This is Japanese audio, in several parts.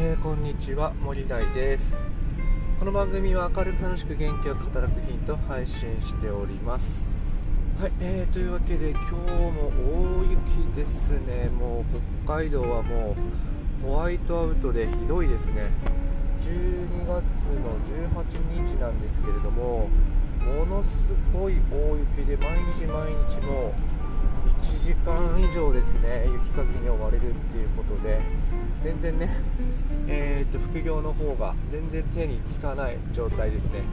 こんにちは、森大です。この番組は明るく楽しく元気よく働くヒントを配信しております。はい、というわけで今日も大雪ですね。もう北海道はもうホワイトアウトでひどいですね。12月の18日なんですけれども、ものすごい大雪で毎日も1時間以上ですね、雪かきに追われるっていうことで、全然ね、副業の方が全然手につかない状態ですね。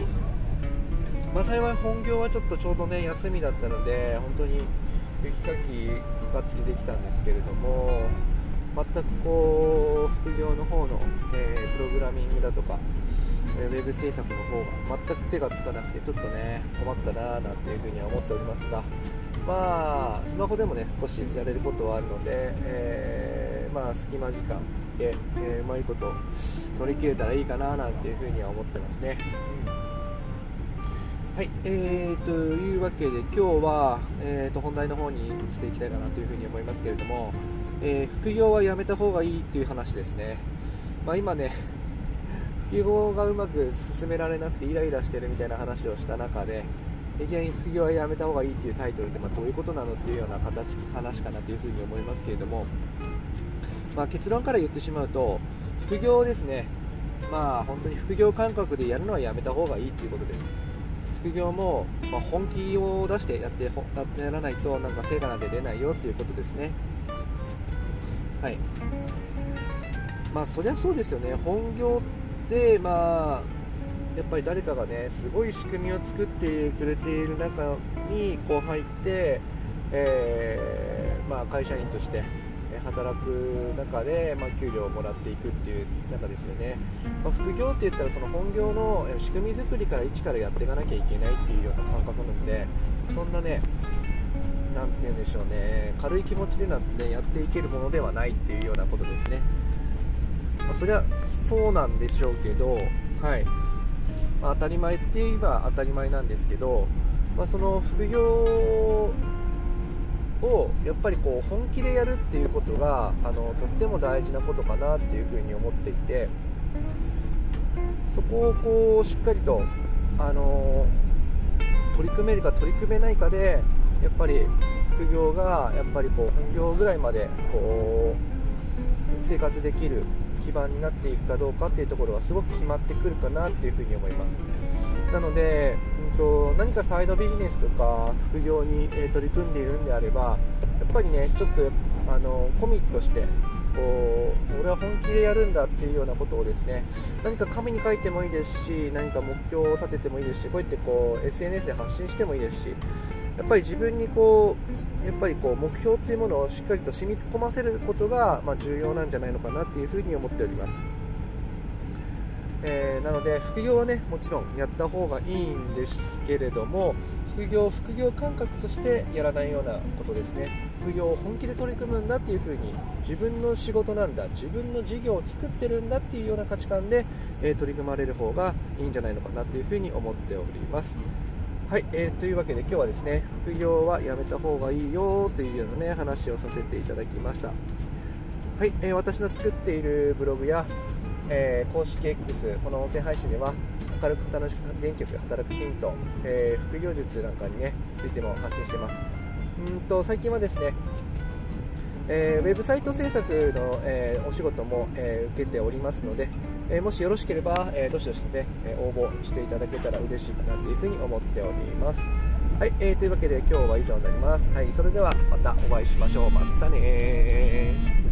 幸い本業はちょっとね休みだったので、本当に雪かきがっつりできたんですけれども、全く副業の方の、プログラミングだとかウェブ制作の方が全く手がつかなくて、ちょっとね困ったななんていうふうには思っておりますが、スマホでもね少しやれることはあるので、隙間時間で、うまいこと乗り切れたらいいかななんていうふうには思ってますね。はい、というわけで今日は、本題の方に移っていきたいかなというふうに思いますけれども、副業はやめた方がいいっていう話ですね。今ね副業がうまく進められなくてイライラしてるみたいな話をした中で、いきなり副業はやめた方がいいっていうタイトルで、どういうことなのっていうような話かなというふうに思いますけれども、結論から言ってしまうと、副業ですね。本当に副業感覚でやるのはやめた方がいいっていうことです。副業も、本気を出してやらないとなんか成果なんて出ないよっていうことですね。はい。そりゃそうですよね。本業ってやっぱり誰かがねすごい仕組みを作ってくれている中に入って、会社員として働く中で、給料をもらっていくっていう中ですよね。副業って言ったらその本業の仕組み作りから一からやっていかなきゃいけないっていうような感覚なので、そんなねなんて言うんでしょうね、軽い気持ちでやっていけるものではないっていうようなことですね。そりゃそうなんでしょうけど、はい、当たり前って言えば当たり前なんですけど、その副業をやっぱり本気でやるっていうことがとっても大事なことかなっていうふうに思っていて、そこをしっかりと取り組めるか取り組めないかで、やっぱり副業がやっぱり本業ぐらいまで生活できる基盤になっていくかどうかっていうところはすごく決まってくるかなっていうふうに思います。なので、何かサイドビジネスとか副業に取り組んでいるんであれば、やっぱりねちょっとコミットして、俺は本気でやるんだっていうようなことをですね、何か紙に書いてもいいですし、何か目標を立ててもいいですし、こうやって SNS で発信してもいいですし、やっぱり自分にやっぱり目標っていうものをしっかりと染み込ませることが、重要なんじゃないのかなっていうふうに思っております。なので副業はねもちろんやった方がいいんですけれども、副業感覚としてやらないようなことですね。副業を本気で取り組むんだっていうふうに、自分の仕事なんだ、自分の事業を作ってるんだっていうような価値観で、取り組まれる方がいいんじゃないのかなというふうに思っております。はい、というわけで今日はですね、副業はやめた方がいいよというようなね話をさせていただきました。はい、私の作っているブログや公式 X、 この音声配信では明るく楽しく元気よく働くヒント、副業術なんかにねついても発信しています。最近はですね、ウェブサイト制作の、お仕事も、受けておりますので、もしよろしければ、どしどしね、応募していただけたら嬉しいかなというふうに思っております。はい、というわけで今日は以上になります。はい、それではまたお会いしましょう。またね。